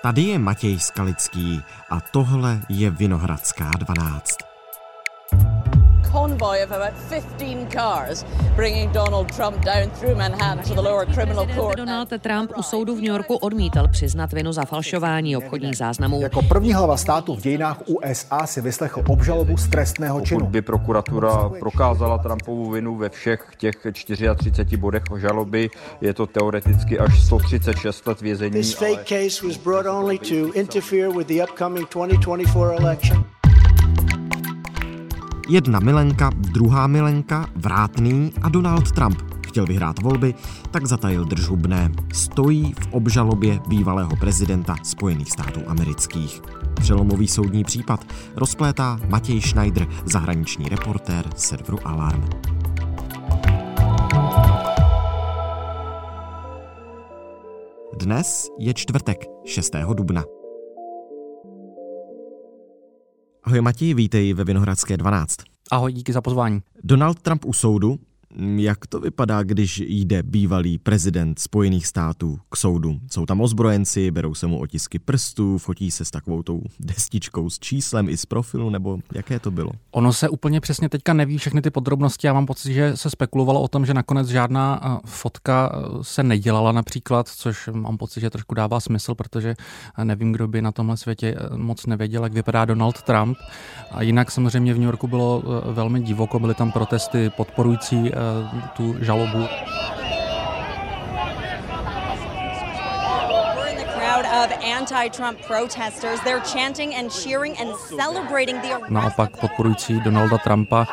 Tady je Matěj Skalický a tohle je Vinohradská 12. Convoy of about 15 cars bringing Donald Trump down through Manhattan to the lower criminal court. Donald Trump u soudu v New Yorku odmítal přiznat vinu za falšování obchodních záznamů. Jako první hlava státu v dějinách USA si vyslechl obžalobu z trestného činu. Pokud by prokuratura prokázala Trumpovu vinu ve všech těch 34 bodech žaloby, je to teoreticky až 136 let vězení. This fake case was brought only to interfere with the upcoming 2024 election. Jedna milenka, druhá milenka, vrátný a Donald Trump chtěl vyhrát volby, tak zatajil držhubné. Stojí v obžalobě bývalého prezidenta Spojených států amerických. Přelomový soudní případ rozplétá Matěj Schneider, zahraniční reportér serveru Alarm. Dnes je čtvrtek, 6. dubna. Ahoj Matěj, vítej ve Vinohradské 12. Ahoj, díky za pozvání. Donald Trump u soudu. Jak to vypadá, když jde bývalý prezident Spojených států k soudu? Jsou tam ozbrojenci, berou se mu otisky prstů, fotí se s takovou tou destičkou s číslem i z profilu, nebo jaké to bylo? Ono se úplně přesně teďka neví všechny ty podrobnosti. Já mám pocit, že se spekulovalo o tom, že nakonec žádná fotka se nedělala například, což mám pocit, že trošku dává smysl, protože nevím, kdo by na tomhle světě moc nevěděl, jak vypadá Donald Trump. A jinak samozřejmě v New Yorku bylo velmi divoko, byly tam protesty podporující tu žalobu. Naopak podporující Donalda Trumpa.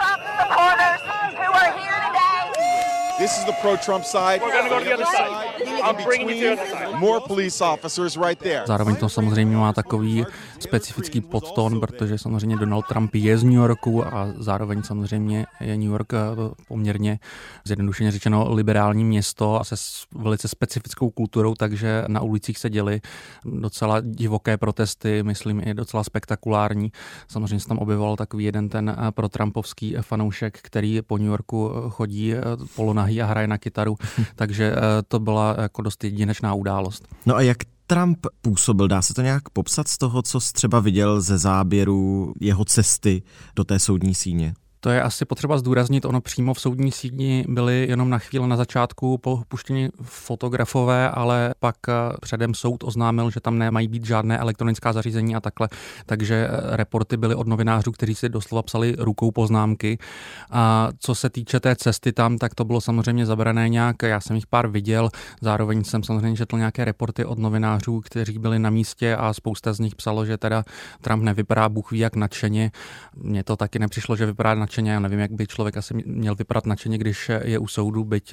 This is the pro-Trump side. We're going to go to the other side. I'm bringing you to the other side. More police officers right there. Zároveň to samozřejmě má takový specifický podtón, protože samozřejmě Donald Trump je z New Yorku a zároveň samozřejmě je New York poměrně zjednodušeně řečeno liberální město a se velice specifickou kulturou, takže na ulicích se děly docela divoké protesty, myslím i docela spektakulární. Samozřejmě se tam objevoval takový jeden ten protrampovský fanoušek, který po New Yorku chodí polonahý a hraje na kytaru, takže to byla jako dost jedinečná událost. No a jak Trump působil? Dá se to nějak popsat z toho, co jsi třeba viděl ze záběru jeho cesty do té soudní síně? To je asi potřeba zdůraznit, ono přímo v soudní síni byly jenom na chvíli na začátku puštěni fotografové, ale pak předem soud oznámil, že tam nemají být žádné elektronická zařízení a takhle, takže reporty byly od novinářů, kteří si doslova psali rukou poznámky. A co se týče té cesty tam, tak to bylo samozřejmě zabrané nějak, já jsem jich pár viděl, zároveň jsem samozřejmě četl nějaké reporty od novinářů, kteří byli na místě a spousta z nich psalo, že teda Trump nevypadá bůh ví jak nadšeně. Mně to taky nepřišlo, že vypadá nadšeně. Já nevím, jak by člověk asi měl vypadat nadšeně, když je u soudu, byť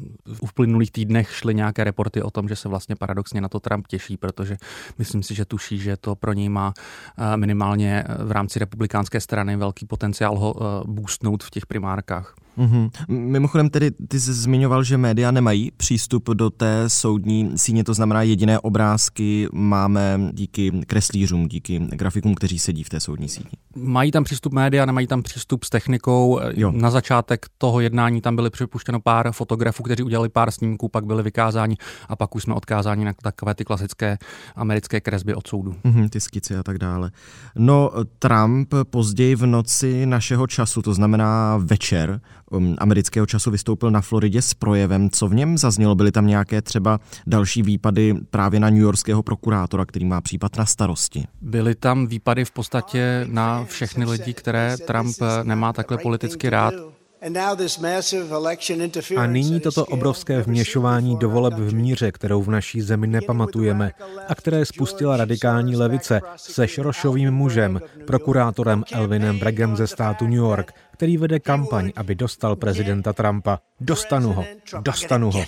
v uplynulých týdnech šly nějaké reporty o tom, že se vlastně paradoxně na to Trump těší, protože myslím si, že tuší, že to pro něj má minimálně v rámci republikánské strany velký potenciál ho boostnout v těch primárkách. Mm-hmm. Mimochodem tedy ty jsi zmiňoval, že média nemají přístup do té soudní síně, to znamená jediné obrázky máme díky kreslířům, díky grafikům, kteří sedí v té soudní síni. Mají tam přístup média, nemají tam přístup s technikou. Jo. Na začátek toho jednání tam byly připuštěno pár fotografů, kteří udělali pár snímků, pak byli vykázáni a pak už jsme odkázáni na takové ty klasické americké kresby od soudu. Ty skici a tak dále. No, Trump později v noci našeho času, to znamená večer amerického času, vystoupil na Floridě s projevem. Co v něm zaznělo? Byly tam nějaké třeba další výpady právě na newyorského prokurátora, který má případ na starosti? Byly tam výpady v podstatě na všechny lidi, které Trump nemá takhle politicky rád. A nyní toto obrovské vměšování do voleb v míře, kterou v naší zemi nepamatujeme a které spustila radikální levice se Šorošovým mužem, prokurátorem Alvinem Braggem ze státu New York, který vede kampaň, aby dostal prezidenta Trumpa. Dostanu ho.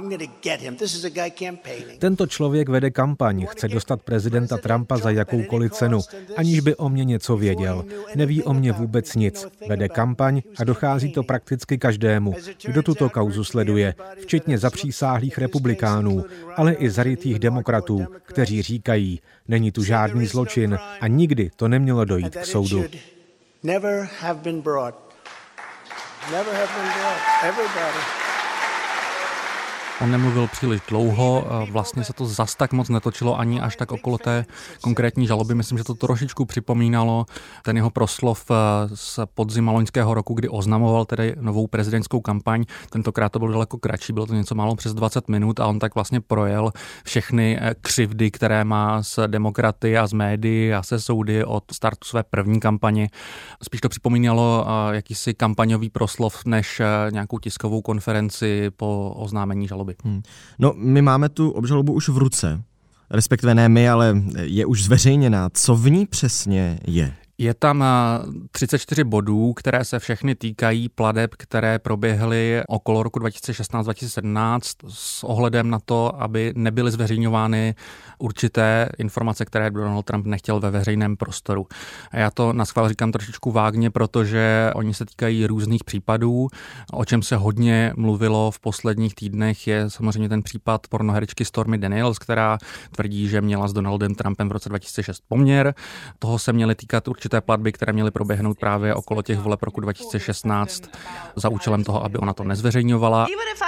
Tento člověk vede kampaň, chce dostat prezidenta Trumpa za jakoukoliv cenu, aniž by o mě něco věděl. Neví o mě vůbec nic. Vede kampaň a dochází to prakticky každému, kdo tuto kauzu sleduje, včetně zapřísáhlých republikánů, ale i zarytých demokratů, kteří říkají, není tu žádný zločin a nikdy to nemělo dojít k soudu. Never have been brought. Everybody. 1 On nemluvil příliš dlouho, vlastně se to zas tak moc netočilo ani až tak okolo té konkrétní žaloby. Myslím, že to trošičku připomínalo ten jeho proslov z podzima loňského roku, kdy oznamoval tedy novou prezidentskou kampaň. Tentokrát to bylo daleko kratší, bylo to něco málo přes 20 minut a on tak vlastně projel všechny křivdy, které má s demokraty a s médii a se soudy od startu své první kampaně. Spíš to připomínalo jakýsi kampaňový proslov než nějakou tiskovou konferenci po oznámení žaloby. No, my máme tu obžalobu už v ruce, respektive ne my, ale je už zveřejněná. Co v ní přesně je? Je tam 34 bodů, které se všechny týkají plateb, které proběhly okolo roku 2016-2017 s ohledem na to, aby nebyly zveřejňovány určité informace, které Donald Trump nechtěl ve veřejném prostoru. A já to naschvál říkám trošičku vágně, protože oni se týkají různých případů. O čem se hodně mluvilo v posledních týdnech je samozřejmě ten případ pornoherečky Stormy Daniels, která tvrdí, že měla s Donaldem Trumpem v roce 2006 poměr. Toho se měly týkat určité platby, které měly proběhnout právě okolo těch voleb roku 2016 za účelem toho, aby ona to nezveřejňovala.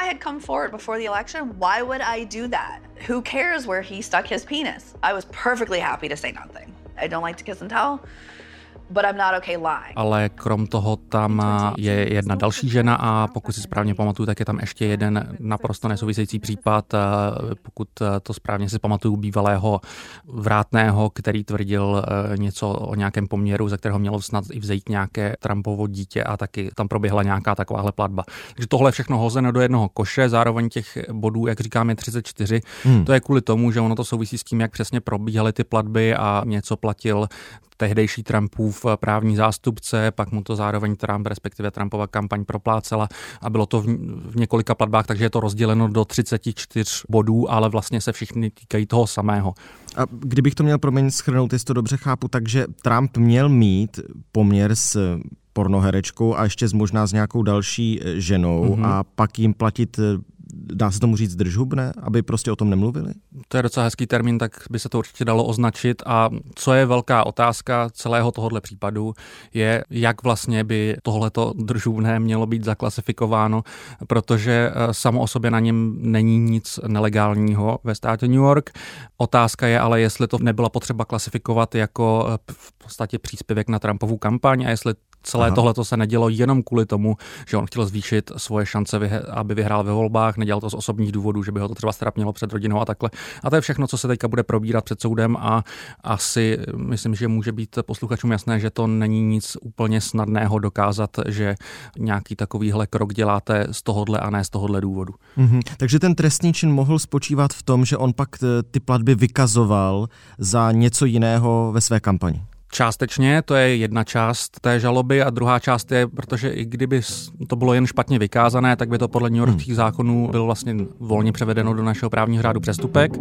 Ale krom toho tam je jedna další žena a pokud si správně pamatuju, tak je tam ještě jeden naprosto nesouvisející případ, pokud to správně si pamatuju, bývalého vrátného, který tvrdil něco o nějakém poměru, ze kterého mělo snad i vzejít nějaké Trumpovo dítě a taky tam proběhla nějaká takováhle platba. Takže tohle je všechno hozeno do jednoho koše, zároveň těch bodů, jak říkáme, 34. To je kvůli tomu, že ono to souvisí s tím, jak přesně probíhaly ty platby a něco platil tehdejší Trumpův právní zástupce, pak mu to zároveň Trump, respektive Trumpova kampaň proplácela a bylo to v několika platbách, takže je to rozděleno do 34 bodů, ale vlastně se všichni týkají toho samého. A kdybych to měl shrnout, jestli to dobře chápu, takže Trump měl mít poměr s pornoherečkou a ještě možná s nějakou další ženou a pak jim platit, dá se tomu říct, držhubné, aby prostě o tom nemluvili? To je docela hezký termín, tak by se to určitě dalo označit a co je velká otázka celého tohohle případu je, jak vlastně by tohleto držhubné mělo být zaklasifikováno, protože samo o sobě na něm není nic nelegálního ve státě New York. Otázka je ale, jestli to nebyla potřeba klasifikovat jako v podstatě příspěvek na Trumpovu kampaň a jestli celé tohleto se nedělo jenom kvůli tomu, že on chtěl zvýšit svoje šance, aby vyhrál ve volbách, nedělal to z osobních důvodů, že by ho to třeba strapnilo před rodinou a takhle. A to je všechno, co se teďka bude probírat před soudem a asi myslím, že může být posluchačům jasné, že to není nic úplně snadného dokázat, že nějaký takovýhle krok děláte z tohohle a ne z tohohle důvodu. Takže ten trestný čin mohl spočívat v tom, že on pak ty platby vykazoval za něco jiného ve své kampani. Částečně, to je jedna část té žaloby a druhá část je, protože i kdyby to bylo jen špatně vykázané, tak by to podle newyorských zákonů bylo vlastně volně převedeno do našeho právního řádu přestupek.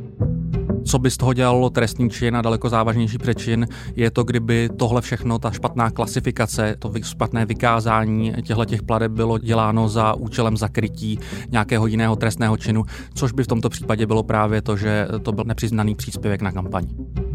Co by z toho dělalo trestný čin a daleko závažnější přečin, je to, kdyby tohle všechno, ta špatná klasifikace, to špatné vykázání těchto plateb bylo děláno za účelem zakrytí nějakého jiného trestného činu, což by v tomto případě bylo právě to, že to byl nepřiznaný příspěvek na kampaň.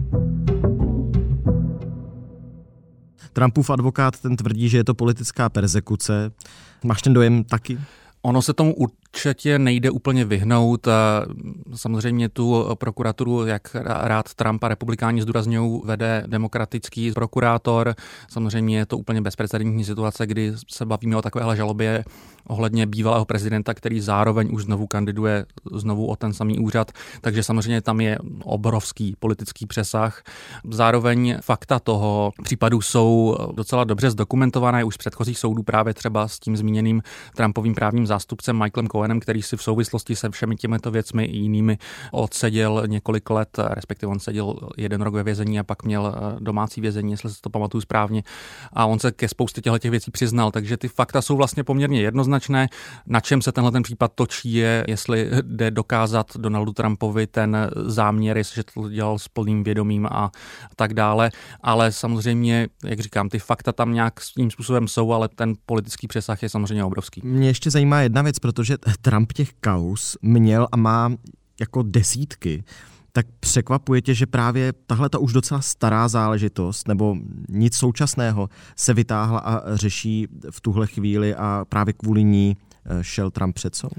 Trumpův advokát ten tvrdí, že je to politická perzekuce. Máš ten dojem taky? Ono se tomu určitě nejde úplně vyhnout. Samozřejmě tu prokuraturu, jak rád Trump a republikáni zdůrazňují, vede demokratický prokurátor. Samozřejmě je to úplně bezprecedentní situace, kdy se bavíme o takovéhle žalobě ohledně bývalého prezidenta, který zároveň už znovu kandiduje znovu o ten samý úřad. Takže samozřejmě tam je obrovský politický přesah. Zároveň fakta toho případu jsou docela dobře zdokumentované už z předchozích soudů, právě třeba s tím zmíněným Trumpovým právním zástupcem Michaelem Cohenem, který si v souvislosti se všemi těmito věcmi i jinými odseděl několik let, respektive on seděl 1 rok ve vězení a pak měl domácí vězení, jestli se to pamatuju správně. A on se ke spoustě těchto věcí přiznal, takže ty fakta jsou vlastně poměrně jednoznačné. Na čem se tenhle ten případ točí je, jestli jde dokázat Donaldu Trumpovi ten záměr, jestliže to dělal s plným vědomím a tak dále. Ale samozřejmě, jak říkám, ty fakta tam nějak svým způsobem jsou, ale ten politický přesah je samozřejmě obrovský. Mě ještě zajímá jedna věc, protože Trump těch kauz měl a má jako desítky. Tak překvapuje tě, že právě tahle ta už docela stará záležitost nebo nic současného se vytáhla a řeší v tuhle chvíli a právě kvůli ní šel Trump před soud?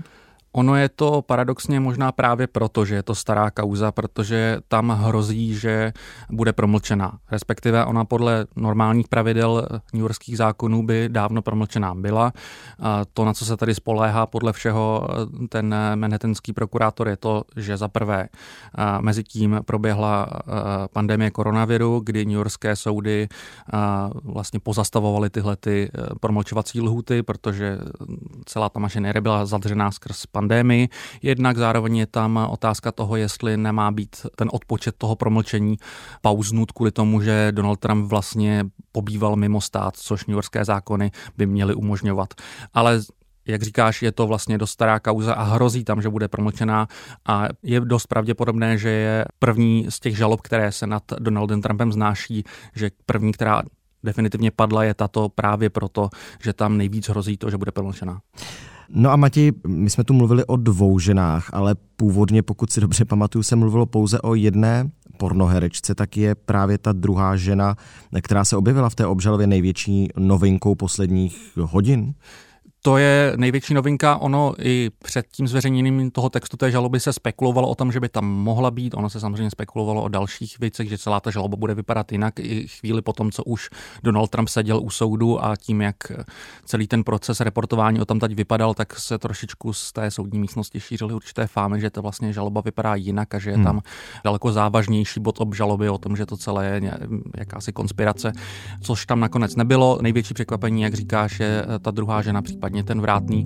Ono je to paradoxně možná právě proto, že je to stará kauza, protože tam hrozí, že bude promlčená. Respektive ona podle normálních pravidel newyorských zákonů by dávno promlčená byla. A to, na co se tady spoléhá podle všeho ten manhattanský prokurátor, je to, že za prvé mezi tím proběhla pandemie koronaviru, kdy newyorské soudy vlastně pozastavovaly tyhle ty promlčovací lhůty, protože celá ta mašinérie byla zadřená skrz pandemii. Jednak zároveň je tam otázka toho, jestli nemá být ten odpočet toho promlčení pauznut kvůli tomu, že Donald Trump vlastně pobýval mimo stát, což newyorské zákony by měly umožňovat. Ale jak říkáš, je to vlastně dost stará kauza a hrozí tam, že bude promlčená a je dost pravděpodobné, že je první z těch žalob, které se nad Donaldem Trumpem vznáší, že první, která definitivně padla, je tato právě proto, že tam nejvíc hrozí to, že bude promlčená. No a Matěj, my jsme tu mluvili o 2 ženách, ale původně, pokud si dobře pamatuju, se mluvilo pouze o jedné pornoherečce, tak je právě ta druhá žena, která se objevila v té obžalobě, největší novinkou posledních hodin. To je největší novinka, ono i před tím zveřejněním toho textu té žaloby se spekulovalo o tom, že by tam mohla být, ono se samozřejmě spekulovalo o dalších věcech, že celá ta žaloba bude vypadat jinak i chvíli potom, co už Donald Trump seděl u soudu a tím, jak celý ten proces reportování o tom teď vypadal, tak se trošičku z té soudní místnosti šířily určité fámy, že to vlastně žaloba vypadá jinak a že je tam daleko závažnější bod obžaloby o tom, že to celé je jakási konspirace, což tam nakonec nebylo. Největší překvapení, jak říkáš, je ta druhá žena, případně ten Vrátný.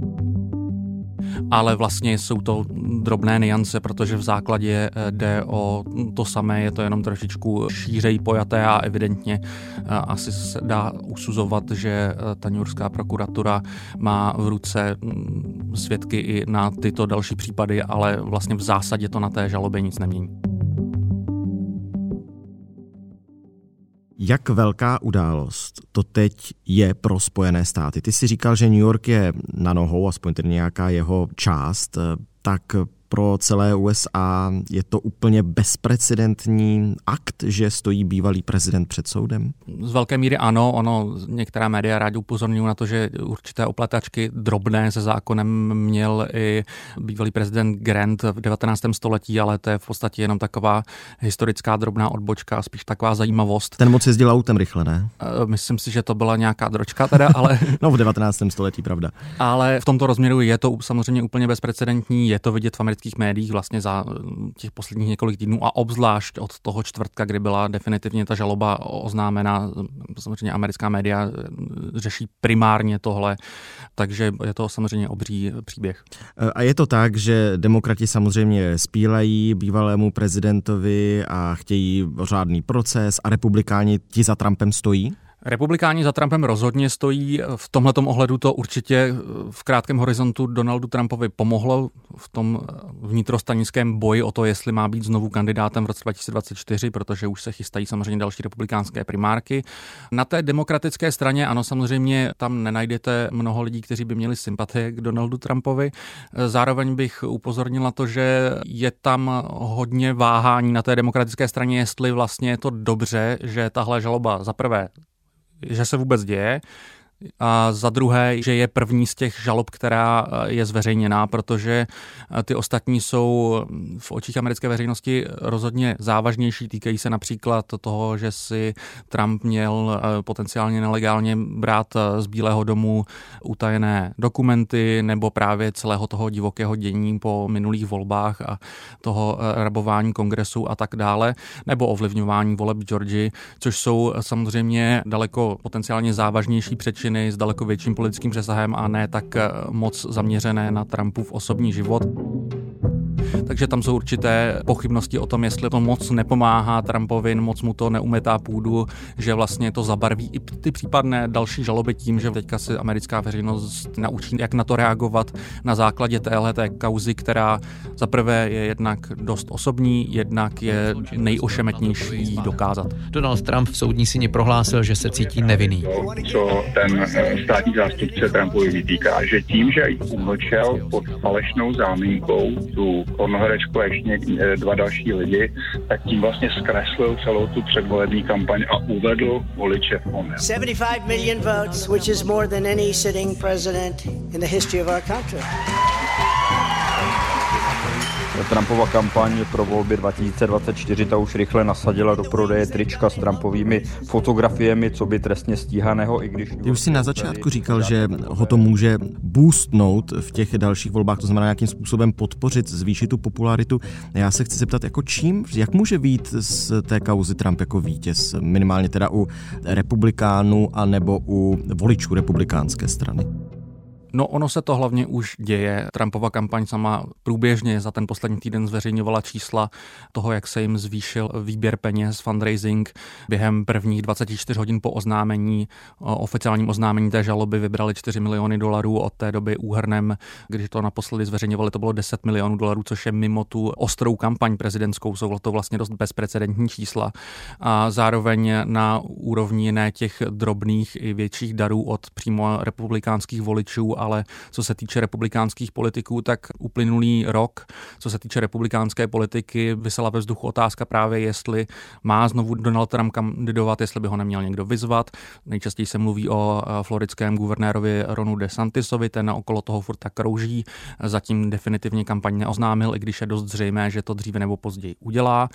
Ale vlastně jsou to drobné nuance, protože v základě jde o to samé, je to jenom trošičku šířej pojaté a evidentně asi se dá usuzovat, že ta newyorská prokuratura má v ruce svědky i na tyto další případy, ale vlastně v zásadě to na té žalobě nic nemění. Jak velká událost to teď je pro Spojené státy? Ty jsi říkal, že New York je na nohou, aspoň tedy nějaká jeho část, tak pro celé USA je to úplně bezprecedentní akt, že stojí bývalý prezident před soudem? Z velké míry ano, některá média rádi upozorňují na to, že určité opletačky drobné se zákonem měl i bývalý prezident Grant v 19. století, ale to je v podstatě jenom taková historická drobná odbočka, spíš taková zajímavost. Ten moc jezdil autem rychle, ne? Myslím si, že to byla nějaká dročka teda, ale... No v 19. století, pravda. Ale v tomto rozměru je to samozřejmě úplně bezprecedentní, je to vidět v amerických médiích vlastně za těch posledních několik týdnů a obzvlášť od toho čtvrtka, kdy byla definitivně ta žaloba oznámena. Samozřejmě americká média řeší primárně tohle, takže je to samozřejmě obří příběh. A je to tak, že demokrati samozřejmě spílají bývalému prezidentovi a chtějí řádný proces a republikáni ti za Trumpem stojí? Republikáni za Trumpem rozhodně stojí. V tomhletom ohledu to určitě v krátkém horizontu Donaldu Trumpovi pomohlo v tom vnitrostanickém boji o to, jestli má být znovu kandidátem v roce 2024, protože už se chystají samozřejmě další republikánské primárky. Na té demokratické straně, ano, samozřejmě tam nenajdete mnoho lidí, kteří by měli sympatie k Donaldu Trumpovi. Zároveň bych upozornil na to, že je tam hodně váhání na té demokratické straně, jestli vlastně je to dobře, že tahle žaloba za prvé že se vůbec děje, a za druhé, že je první z těch žalob, která je zveřejněná, protože ty ostatní jsou v očích americké veřejnosti rozhodně závažnější. Týkají se například toho, že si Trump měl potenciálně nelegálně brát z Bílého domu utajené dokumenty nebo právě celého toho divokého dění po minulých volbách a toho rabování kongresu a tak dále, nebo ovlivňování voleb v Georgii, což jsou samozřejmě daleko potenciálně závažnější přečiny s daleko větším politickým přesahem a ne tak moc zaměřené na Trumpův osobní život. Takže tam jsou určité pochybnosti o tom, jestli to moc nepomáhá Trumpovi, moc mu to neumetá půdu, že vlastně to zabarví i ty případné další žaloby tím, že teďka si americká veřejnost naučí, jak na to reagovat na základě téhleté kauzy, která za prvé je jednak dost osobní, jednak je nejošemetnější dokázat. Donald Trump v soudní síni prohlásil, že se cítí nevinný. Co ten státní zástupce Trumpovi vytýká, že tím, že umlčel pod falešnou záminkou tu pornoherečku a ještě 2 další lidi, tak tím vlastně zkreslil celou tu předvolební kampaň a uvedl voliče v omyl. 75 million votes, which is more than any sitting president in the history of our country. Trumpova kampaň pro volby 2024 ta už rychle nasadila do prodeje trička s Trumpovými fotografiemi, co by trestně stíhaného, i když... Ty už si na začátku říkal, že ho to může boostnout v těch dalších volbách, to znamená nějakým způsobem podpořit, zvýšit tu popularitu. Já se chci zeptat, jako čím, jak může být z té kauzy Trump jako vítěz, minimálně teda u republikánů a nebo u voličů republikánské strany? No ono se to hlavně už děje. Trumpova kampaň sama průběžně za ten poslední týden zveřejňovala čísla toho, jak se jim zvýšil výběr peněz, fundraising. Během prvních 24 hodin po oznámení, oficiálním oznámení té žaloby vybrali $4 miliony, od té doby úhrnem, když to naposledy zveřejňovali, to bylo $10 milionů, což je mimo tu ostrou kampaň prezidentskou, jsou to vlastně dost bezprecedentní čísla. A zároveň na úrovni ne těch drobných i větších darů od přímo republikánských voličů, ale co se týče republikánských politiků, tak uplynulý rok, co se týče republikánské politiky, visela ve vzduchu otázka právě, jestli má znovu Donald Trump kandidovat, jestli by ho neměl někdo vyzvat. Nejčastěji se mluví o floridském guvernérovi Ronu DeSantisovi, ten okolo toho furt tak krouží. Zatím definitivně kampaň neoznámil, i když je dost zřejmé, že to dříve nebo později udělá.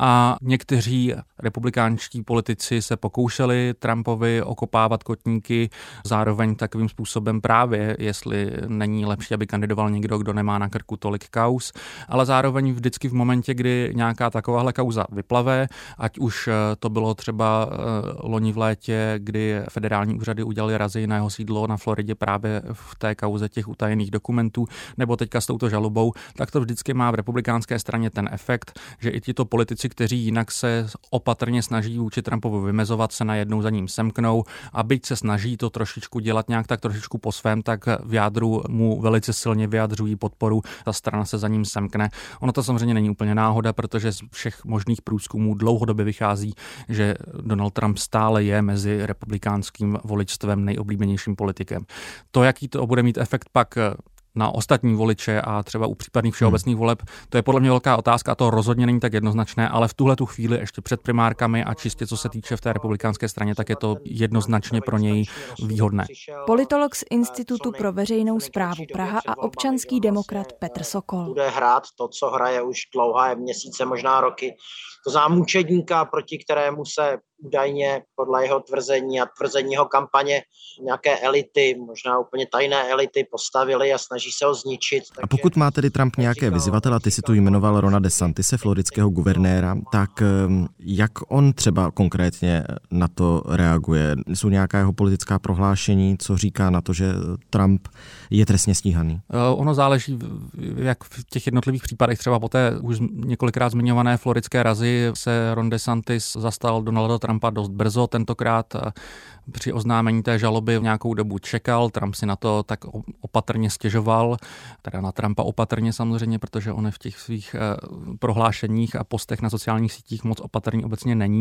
A někteří republikánští politici se pokoušeli Trumpovi okopávat kotníky, zároveň takovým způsobem právě, jestli není lepší, aby kandidoval někdo, kdo nemá na krku tolik kauz, ale zároveň vždycky v momentě, kdy nějaká takováhle kauza vyplave, ať už to bylo třeba loni v létě, kdy federální úřady udělali razy na jeho sídlo na Floridě právě v té kauze těch utajených dokumentů, nebo teďka s touto žalobou, tak to vždycky má v republikánské straně ten efekt, že i tito politici, kteří jinak se opatrně snaží vůči Trumpovi vymezovat, se najednou za ním semknou a byť se snaží to trošičku dělat nějak tak trošičku po svém, tak v jádru mu velice silně vyjadřují podporu, ta strana se za ním semkne. Ono to samozřejmě není úplně náhoda, protože z všech možných průzkumů dlouhodobě vychází, že Donald Trump stále je mezi republikánským voličstvem nejoblíbenějším politikem. To, jaký to bude mít efekt pak na ostatní voliče a třeba u případných všeobecných voleb, to je podle mě velká otázka a to rozhodně není tak jednoznačné, ale v tuhletu chvíli ještě před primárkami a čistě co se týče v té republikánské straně, tak je to jednoznačně pro něj výhodné. Politolog z Institutu pro veřejnou správu Praha a občanský demokrat Petr Sokol. Bude hrát to, co hraje už dlouhé měsíce, možná roky. To znamená mučedníka, proti kterému se údajně podle jeho tvrzení a tvrzení jeho kampaně nějaké elity, možná úplně tajné elity postavili a snaží se ho zničit. A pokud má tedy Trump nějaké vyzývatele, ty si tu jmenoval Rona DeSantise, floridského guvernéra, tak jak on třeba konkrétně na to reaguje? Jsou nějaká jeho politická prohlášení, co říká na to, že Trump je trestně stíhaný? Ono záleží, jak v těch jednotlivých případech, třeba po té už několikrát zmiňované floridské razy se Ron DeSantis zastal Donalda Trumpa dost brzo, tentokrát při oznámení té žaloby nějakou dobu čekal, Trump si na to tak opatrně stěžoval, teda na Trumpa opatrně samozřejmě, protože on v těch svých prohlášeních a postech na sociálních sítích moc opatrný obecně není.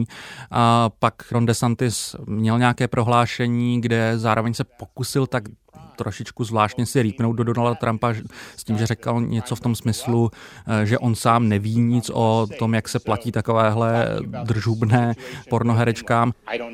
A pak Ron DeSantis měl nějaké prohlášení, kde zároveň se pokusil tak trošičku zvláštně si rýpnout do Donalda Trumpa s tím, že řekl něco v tom smyslu, že on sám neví nic o tom, jak se platí takovéhle držubné pornoherečkám.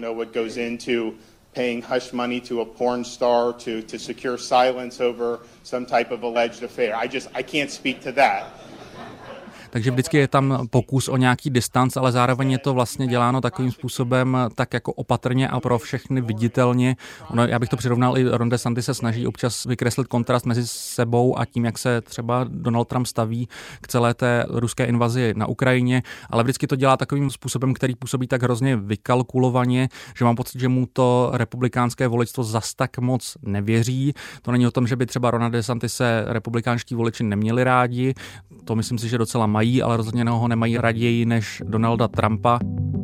Paying hush money to a porn star to secure silence over some type of alleged affair. I can't speak to that. Takže vždycky je tam pokus o nějaký distanc, ale zároveň je to vlastně děláno takovým způsobem tak jako opatrně a pro všechny viditelně. Já bych to přirovnal, i Ron DeSantis se snaží občas vykreslit kontrast mezi sebou a tím, jak se třeba Donald Trump staví k celé té ruské invazi na Ukrajině, ale vždycky to dělá takovým způsobem, který působí tak hrozně vykalkulovaně, že mám pocit, že mu to republikánské voličstvo zas tak moc nevěří. To není o tom, že by třeba Rona DeSantise republikánští voliči neměli rádi, to myslím si, že docela mají, ale rozhodně ho nemají raději než Donalda Trumpa.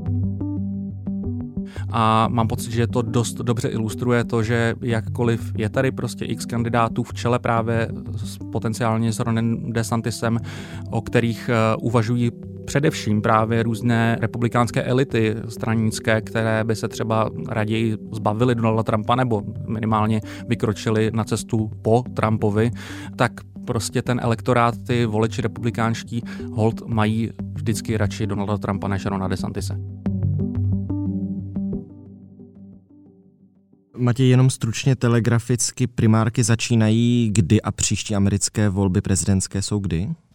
A mám pocit, že to dost dobře ilustruje to, že jakkoliv je tady prostě x kandidátů v čele právě potenciálně s Ronem DeSantisem, o kterých uvažují především právě různé republikánské elity stranické, které by se třeba raději zbavili Donalda Trumpa nebo minimálně vykročili na cestu po Trumpovi, tak prostě ten elektorát, ty voliči republikánští holt mají vždycky radši Donalda Trumpa než Rona DeSantise. Matěj, jenom stručně telegraficky, primárky začínají kdy a příští americké volby prezidentské jsou kdy?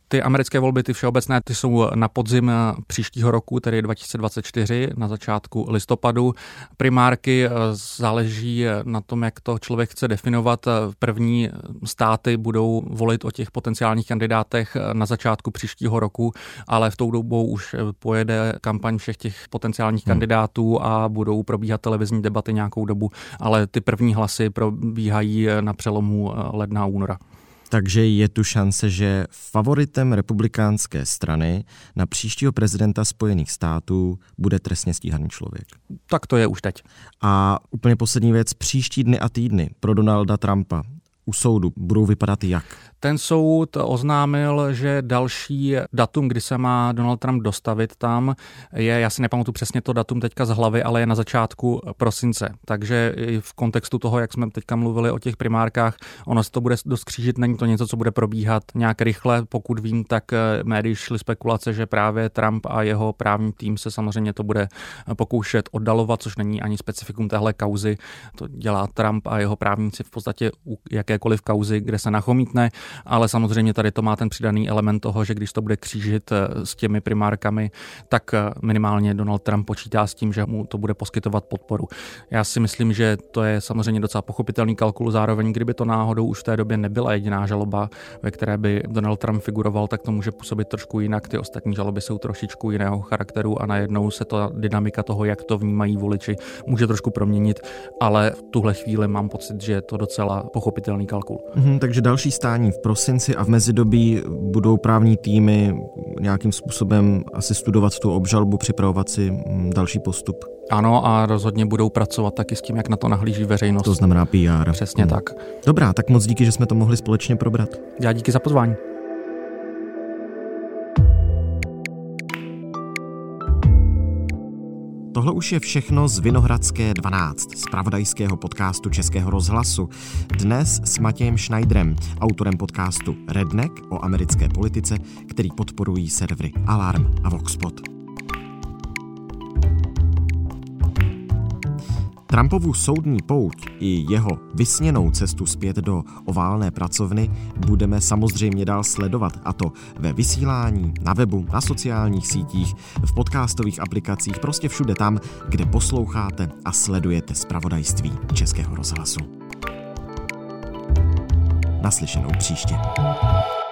Ty americké volby, ty všeobecné, ty jsou na podzim příštího roku, tedy 2024, na začátku listopadu. Primárky záleží na tom, jak to člověk chce definovat. První státy budou volit o těch potenciálních kandidátech na začátku příštího roku, ale v tou dobou už pojede kampaň všech těch potenciálních kandidátů a budou probíhat televizní debaty nějakou dobu, ale ty první hlasy probíhají na přelomu ledna a února. Takže je tu šance, že favoritem republikánské strany na příštího prezidenta Spojených států bude trestně stíhaný člověk. Tak to je už teď. A úplně poslední věc, příští dny a týdny pro Donalda Trumpa u soudu budou vypadat jak? Ten soud oznámil, že další datum, kdy se má Donald Trump dostavit tam, je, já si nepamatuju přesně to datum teďka z hlavy, ale je na začátku prosince. Takže v kontextu toho, jak jsme teďka mluvili o těch primárkách, ono se to bude dost křížit, není to něco, co bude probíhat nějak rychle. Pokud vím, tak médii šly spekulace, že právě Trump a jeho právní tým se samozřejmě to bude pokoušet oddalovat, což není ani specifikum téhle kauzy. To dělá Trump a jeho právníci v podstatě u jakékoliv kauzy, kde se nachomítne. Ale samozřejmě tady to má ten přidaný element toho, že když to bude křížit s těmi primárkami, tak minimálně Donald Trump počítá s tím, že mu to bude poskytovat podporu. Já si myslím, že to je samozřejmě docela pochopitelný kalkul, zároveň kdyby to náhodou už v té době nebyla jediná žaloba, ve které by Donald Trump figuroval, tak to může působit trošku jinak. Ty ostatní žaloby jsou trošičku jiného charakteru a najednou se ta dynamika toho, jak to vnímají voliči, může trošku proměnit, ale v tuhle chvíli mám pocit, že je to docela pochopitelný kalkul. Takže další stání v prosinci a v mezidobí budou právní týmy nějakým způsobem asi studovat tu obžalobu, připravovat si další postup. Ano, a rozhodně budou pracovat taky s tím, jak na to nahlíží veřejnost. To znamená PR. Přesně tak. Dobrá, tak moc díky, že jsme to mohli společně probrat. Já díky za pozvání. Tohle už je všechno z Vinohradské 12, zpravodajského podcastu Českého rozhlasu. Dnes s Matějem Schneiderem, autorem podcastu Redneck o americké politice, který podporují servery Alarm a Voxpot. Trumpovu soudní pouť i jeho vysněnou cestu zpět do oválné pracovny budeme samozřejmě dál sledovat, a to ve vysílání, na webu, na sociálních sítích, v podcastových aplikacích, prostě všude tam, kde posloucháte a sledujete zpravodajství Českého rozhlasu. Naslyšenou příště.